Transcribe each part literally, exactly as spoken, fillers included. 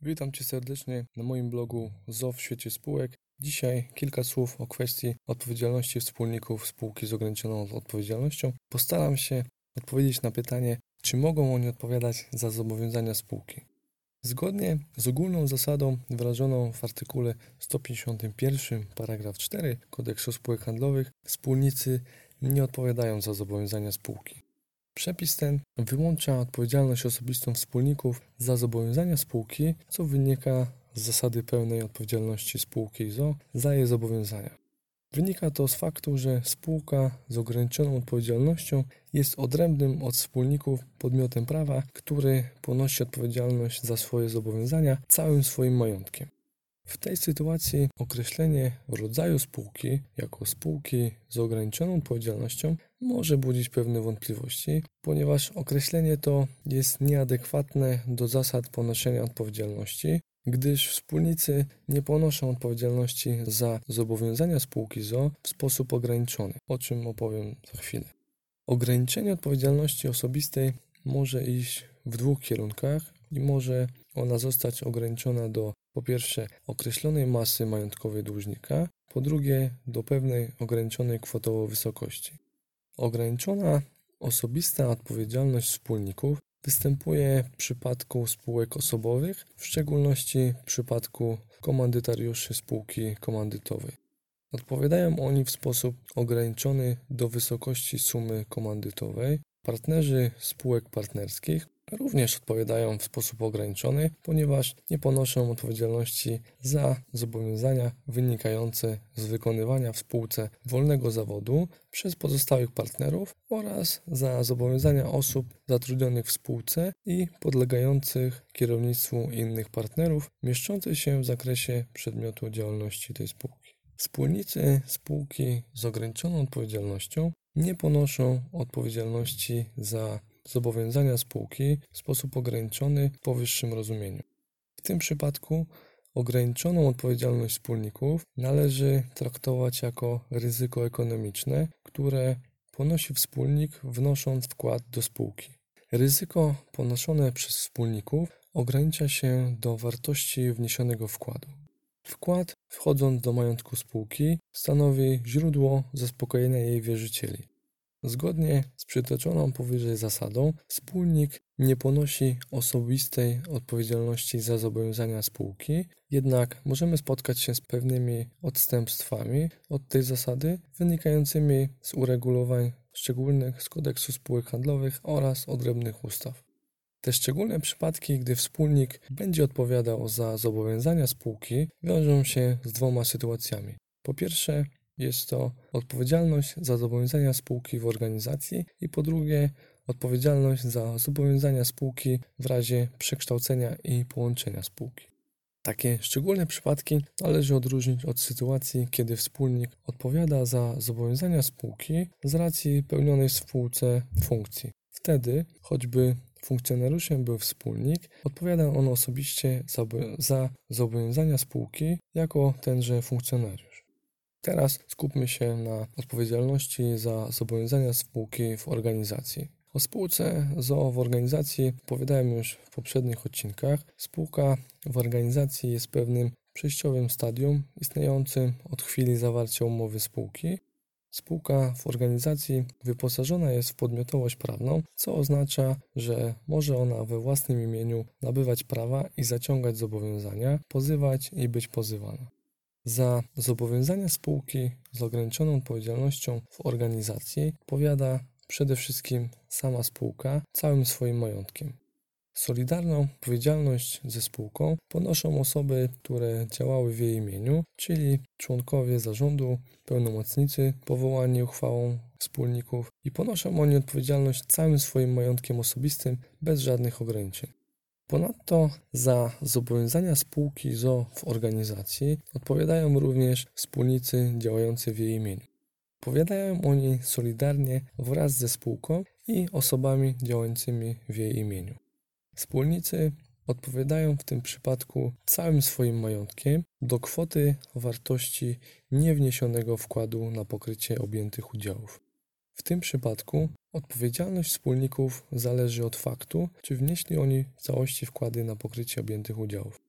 Witam Cię serdecznie na moim blogu Z O O w świecie spółek. Dzisiaj kilka słów o kwestii odpowiedzialności wspólników spółki z ograniczoną odpowiedzialnością. Postaram się odpowiedzieć na pytanie, czy mogą oni odpowiadać za zobowiązania spółki. Zgodnie z ogólną zasadą wyrażoną w artykule sto pięćdziesiątym pierwszym paragraf cztery Kodeksu spółek handlowych, wspólnicy nie odpowiadają za zobowiązania spółki. Przepis ten wyłącza odpowiedzialność osobistą wspólników za zobowiązania spółki, co wynika z zasady pełnej odpowiedzialności spółki z o o za jej zobowiązania. Wynika to z faktu, że spółka z ograniczoną odpowiedzialnością jest odrębnym od wspólników podmiotem prawa, który ponosi odpowiedzialność za swoje zobowiązania całym swoim majątkiem. W tej sytuacji określenie rodzaju spółki jako spółki z ograniczoną odpowiedzialnością może budzić pewne wątpliwości, ponieważ określenie to jest nieadekwatne do zasad ponoszenia odpowiedzialności, gdyż wspólnicy nie ponoszą odpowiedzialności za zobowiązania spółki z o o w sposób ograniczony, o czym opowiem za chwilę. Ograniczenie odpowiedzialności osobistej może iść w dwóch kierunkach i może ona zostać ograniczona do, po pierwsze, określonej masy majątkowej dłużnika, po drugie, do pewnej ograniczonej kwotowo wysokości. Ograniczona osobista odpowiedzialność wspólników występuje w przypadku spółek osobowych, w szczególności w przypadku komandytariuszy spółki komandytowej. Odpowiadają oni w sposób ograniczony do wysokości sumy komandytowej. Partnerzy spółek partnerskich również odpowiadają w sposób ograniczony, ponieważ nie ponoszą odpowiedzialności za zobowiązania wynikające z wykonywania w spółce wolnego zawodu przez pozostałych partnerów oraz za zobowiązania osób zatrudnionych w spółce i podlegających kierownictwu innych partnerów mieszczących się w zakresie przedmiotu działalności tej spółki. Wspólnicy spółki z ograniczoną odpowiedzialnością nie ponoszą odpowiedzialności za zobowiązania spółki w sposób ograniczony w powyższym rozumieniu. W tym przypadku ograniczoną odpowiedzialność wspólników należy traktować jako ryzyko ekonomiczne, które ponosi wspólnik wnosząc wkład do spółki. Ryzyko ponoszone przez wspólników ogranicza się do wartości wniesionego wkładu. Wkład, wchodząc do majątku spółki, stanowi źródło zaspokojenia jej wierzycieli. Zgodnie z przytoczoną powyżej zasadą, wspólnik nie ponosi osobistej odpowiedzialności za zobowiązania spółki, jednak możemy spotkać się z pewnymi odstępstwami od tej zasady, wynikającymi z uregulowań szczególnych z Kodeksu spółek handlowych oraz odrębnych ustaw. Te szczególne przypadki, gdy wspólnik będzie odpowiadał za zobowiązania spółki, wiążą się z dwoma sytuacjami. Po pierwsze, jest to odpowiedzialność za zobowiązania spółki w organizacji i po drugie, odpowiedzialność za zobowiązania spółki w razie przekształcenia i połączenia spółki. Takie szczególne przypadki należy odróżnić od sytuacji, kiedy wspólnik odpowiada za zobowiązania spółki z racji pełnionej w spółce funkcji. Wtedy, choćby funkcjonariuszem był wspólnik, odpowiada on osobiście za, za zobowiązania spółki jako tenże funkcjonariusz. Teraz skupmy się na odpowiedzialności za zobowiązania spółki w organizacji. O spółce z o o w organizacji opowiadałem już w poprzednich odcinkach. Spółka w organizacji jest pewnym przejściowym stadium istniejącym od chwili zawarcia umowy spółki. Spółka w organizacji wyposażona jest w podmiotowość prawną, co oznacza, że może ona we własnym imieniu nabywać prawa i zaciągać zobowiązania, pozywać i być pozywana. Za zobowiązania spółki z ograniczoną odpowiedzialnością w organizacji odpowiada przede wszystkim sama spółka całym swoim majątkiem. Solidarną odpowiedzialność ze spółką ponoszą osoby, które działały w jej imieniu, czyli członkowie zarządu, pełnomocnicy powołani uchwałą wspólników i ponoszą oni odpowiedzialność całym swoim majątkiem osobistym bez żadnych ograniczeń. Ponadto za zobowiązania spółki z o o w organizacji odpowiadają również wspólnicy działający w jej imieniu. Odpowiadają oni solidarnie wraz ze spółką i osobami działającymi w jej imieniu. Wspólnicy odpowiadają w tym przypadku całym swoim majątkiem do kwoty wartości niewniesionego wkładu na pokrycie objętych udziałów. W tym przypadku odpowiedzialność wspólników zależy od faktu, czy wnieśli oni w całości wkłady na pokrycie objętych udziałów.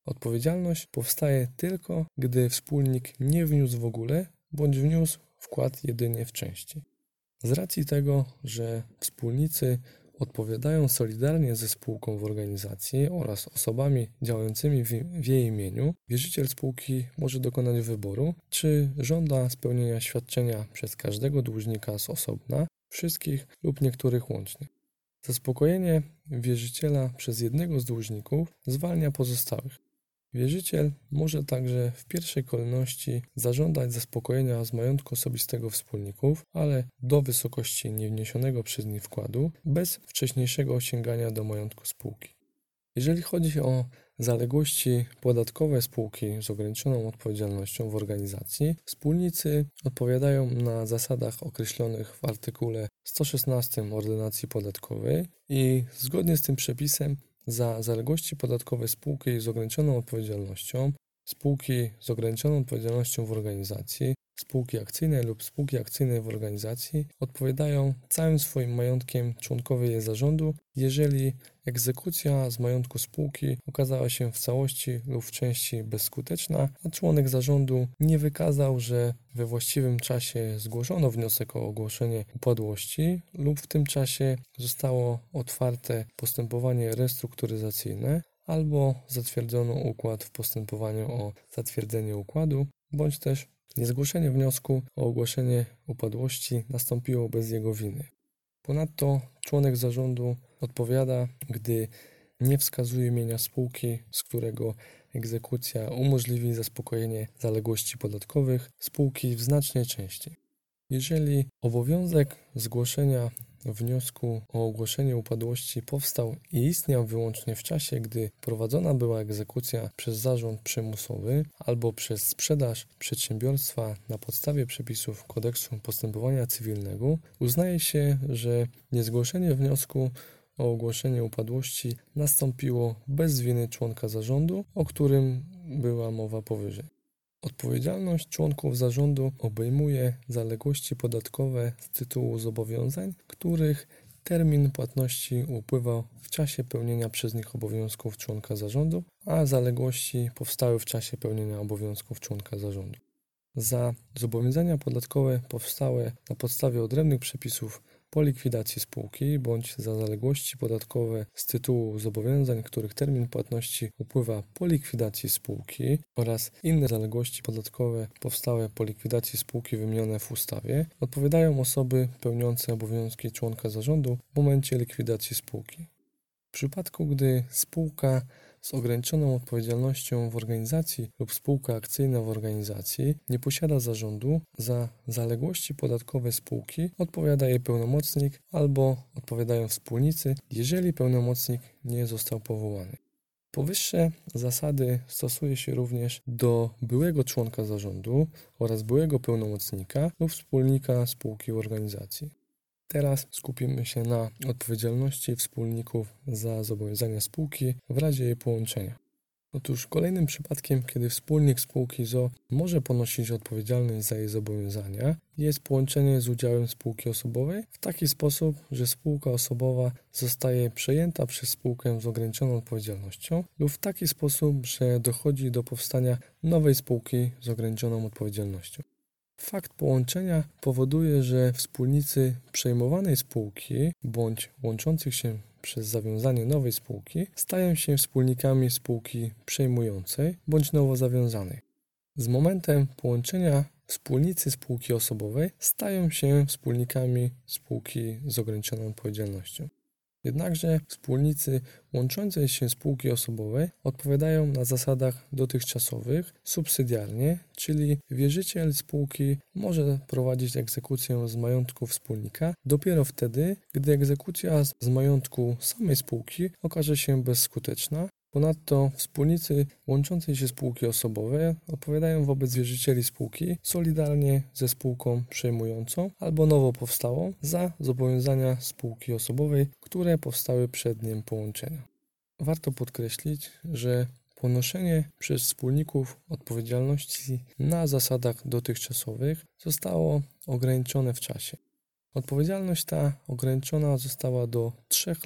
Odpowiedzialność powstaje tylko, gdy wspólnik nie wniósł w ogóle, bądź wniósł wkład jedynie w części. Z racji tego, że wspólnicy odpowiadają solidarnie ze spółką w organizacji oraz osobami działającymi w, w jej imieniu, wierzyciel spółki może dokonać wyboru, czy żąda spełnienia świadczenia przez każdego dłużnika z osobna, wszystkich lub niektórych łącznie. Zaspokojenie wierzyciela przez jednego z dłużników zwalnia pozostałych. Wierzyciel może także w pierwszej kolejności zażądać zaspokojenia z majątku osobistego wspólników, ale do wysokości niewniesionego przez nich wkładu, bez wcześniejszego sięgania do majątku spółki. Jeżeli chodzi o zaległości podatkowe spółki z ograniczoną odpowiedzialnością w organizacji, wspólnicy odpowiadają na zasadach określonych w artykule sto szesnastym Ordynacji Podatkowej i zgodnie z tym przepisem za zaległości podatkowe spółki z ograniczoną odpowiedzialnością, spółki z ograniczoną odpowiedzialnością w organizacji, spółki akcyjnej lub spółki akcyjnej w organizacji odpowiadają całym swoim majątkiem członkowie jej zarządu, jeżeli egzekucja z majątku spółki okazała się w całości lub w części bezskuteczna, a członek zarządu nie wykazał, że we właściwym czasie zgłoszono wniosek o ogłoszenie upadłości lub w tym czasie zostało otwarte postępowanie restrukturyzacyjne albo zatwierdzono układ w postępowaniu o zatwierdzenie układu, bądź też niezgłoszenie wniosku o ogłoszenie upadłości nastąpiło bez jego winy. Ponadto członek zarządu odpowiada, gdy nie wskazuje imienia spółki, z którego egzekucja umożliwi zaspokojenie zaległości podatkowych spółki w znacznej części. Jeżeli obowiązek zgłoszenia wniosku o ogłoszenie upadłości powstał i istniał wyłącznie w czasie, gdy prowadzona była egzekucja przez zarząd przymusowy albo przez sprzedaż przedsiębiorstwa na podstawie przepisów Kodeksu Postępowania Cywilnego, uznaje się, że niezgłoszenie wniosku o ogłoszenie upadłości nastąpiło bez winy członka zarządu, o którym była mowa powyżej. Odpowiedzialność członków zarządu obejmuje zaległości podatkowe z tytułu zobowiązań, których termin płatności upływał w czasie pełnienia przez nich obowiązków członka zarządu, a zaległości powstały w czasie pełnienia obowiązków członka zarządu. Za zobowiązania podatkowe powstałe na podstawie odrębnych przepisów po likwidacji spółki bądź za zaległości podatkowe z tytułu zobowiązań, których termin płatności upływa po likwidacji spółki oraz inne zaległości podatkowe powstałe po likwidacji spółki wymienione w ustawie, odpowiadają osoby pełniące obowiązki członka zarządu w momencie likwidacji spółki. W przypadku, gdy spółka z ograniczoną odpowiedzialnością w organizacji lub spółka akcyjna w organizacji nie posiada zarządu, za zaległości podatkowe spółki odpowiada jej pełnomocnik albo odpowiadają wspólnicy, jeżeli pełnomocnik nie został powołany. Powyższe zasady stosuje się również do byłego członka zarządu oraz byłego pełnomocnika lub wspólnika spółki w organizacji. Teraz skupimy się na odpowiedzialności wspólników za zobowiązania spółki w razie jej połączenia. Otóż kolejnym przypadkiem, kiedy wspólnik spółki z o o może ponosić odpowiedzialność za jej zobowiązania, jest połączenie z udziałem spółki osobowej w taki sposób, że spółka osobowa zostaje przejęta przez spółkę z ograniczoną odpowiedzialnością lub w taki sposób, że dochodzi do powstania nowej spółki z ograniczoną odpowiedzialnością. Fakt połączenia powoduje, że wspólnicy przejmowanej spółki bądź łączących się przez zawiązanie nowej spółki stają się wspólnikami spółki przejmującej bądź nowo zawiązanej. Z momentem połączenia wspólnicy spółki osobowej stają się wspólnikami spółki z ograniczoną odpowiedzialnością. Jednakże wspólnicy łączącej się spółki osobowej odpowiadają na zasadach dotychczasowych subsydiarnie, czyli wierzyciel spółki może prowadzić egzekucję z majątku wspólnika dopiero wtedy, gdy egzekucja z majątku samej spółki okaże się bezskuteczna. Ponadto wspólnicy łączącej się spółki osobowej odpowiadają wobec wierzycieli spółki solidarnie ze spółką przejmującą albo nowo powstałą za zobowiązania spółki osobowej, które powstały przed dniem połączenia. Warto podkreślić, że ponoszenie przez wspólników odpowiedzialności na zasadach dotychczasowych zostało ograniczone w czasie. Odpowiedzialność ta ograniczona została do trzech lat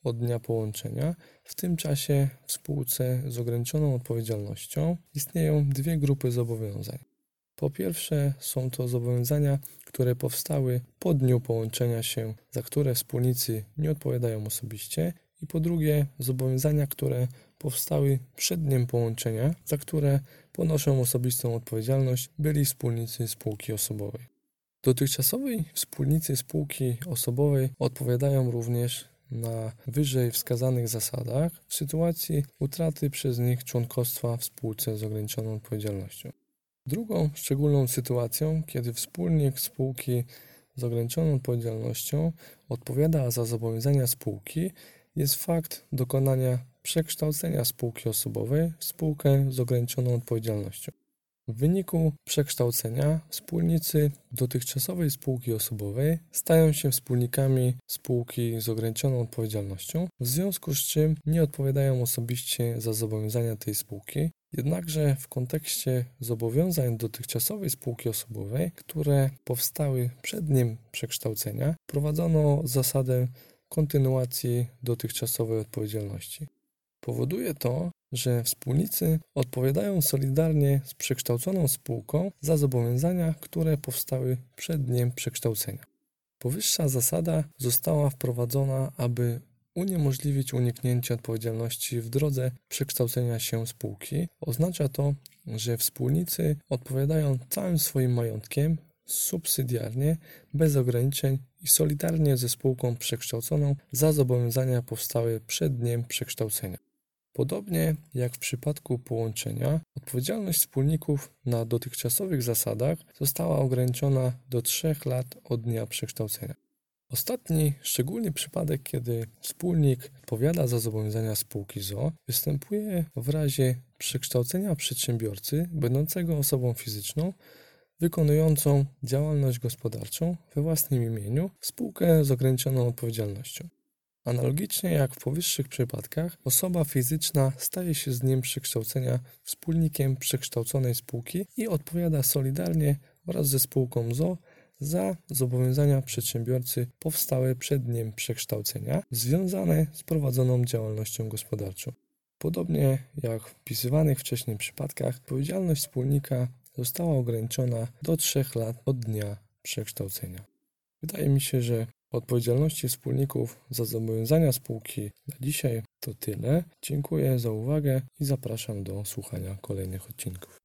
od dnia połączenia. W tym czasie w spółce z ograniczoną odpowiedzialnością istnieją dwie grupy zobowiązań. Po pierwsze są to zobowiązania, które powstały po dniu połączenia się, za które wspólnicy nie odpowiadają osobiście, i po drugie zobowiązania, które powstały przed dniem połączenia, za które ponoszą osobistą odpowiedzialność byli wspólnicy spółki osobowej. Dotychczasowi wspólnicy spółki osobowej odpowiadają również na wyżej wskazanych zasadach w sytuacji utraty przez nich członkostwa w spółce z ograniczoną odpowiedzialnością. Drugą szczególną sytuacją, kiedy wspólnik spółki z ograniczoną odpowiedzialnością odpowiada za zobowiązania spółki, jest fakt dokonania przekształcenia spółki osobowej w spółkę z ograniczoną odpowiedzialnością. W wyniku przekształcenia wspólnicy dotychczasowej spółki osobowej stają się wspólnikami spółki z ograniczoną odpowiedzialnością, w związku z czym nie odpowiadają osobiście za zobowiązania tej spółki. Jednakże w kontekście zobowiązań dotychczasowej spółki osobowej, które powstały przed dniem przekształcenia, prowadzono zasadę kontynuacji dotychczasowej odpowiedzialności. Powoduje to, że wspólnicy odpowiadają solidarnie z przekształconą spółką za zobowiązania, które powstały przed dniem przekształcenia. Powyższa zasada została wprowadzona, aby uniemożliwić uniknięcie odpowiedzialności w drodze przekształcenia się spółki. Oznacza to, że wspólnicy odpowiadają całym swoim majątkiem subsydiarnie, bez ograniczeń i solidarnie ze spółką przekształconą za zobowiązania powstałe przed dniem przekształcenia. Podobnie jak w przypadku połączenia, odpowiedzialność wspólników na dotychczasowych zasadach została ograniczona do trzech lat od dnia przekształcenia. Ostatni szczególny przypadek, kiedy wspólnik odpowiada za zobowiązania spółki z o o, występuje w razie przekształcenia przedsiębiorcy będącego osobą fizyczną wykonującą działalność gospodarczą we własnym imieniu w spółkę z ograniczoną odpowiedzialnością. Analogicznie jak w powyższych przypadkach, osoba fizyczna staje się z dniem przekształcenia wspólnikiem przekształconej spółki i odpowiada solidarnie wraz ze spółką z o o za zobowiązania przedsiębiorcy powstałe przed dniem przekształcenia związane z prowadzoną działalnością gospodarczą. Podobnie jak w opisywanych wcześniej przypadkach, odpowiedzialność wspólnika została ograniczona do trzech lat od dnia przekształcenia. Wydaje mi się, że odpowiedzialności wspólników za zobowiązania spółki na dzisiaj to tyle. Dziękuję za uwagę i zapraszam do słuchania kolejnych odcinków.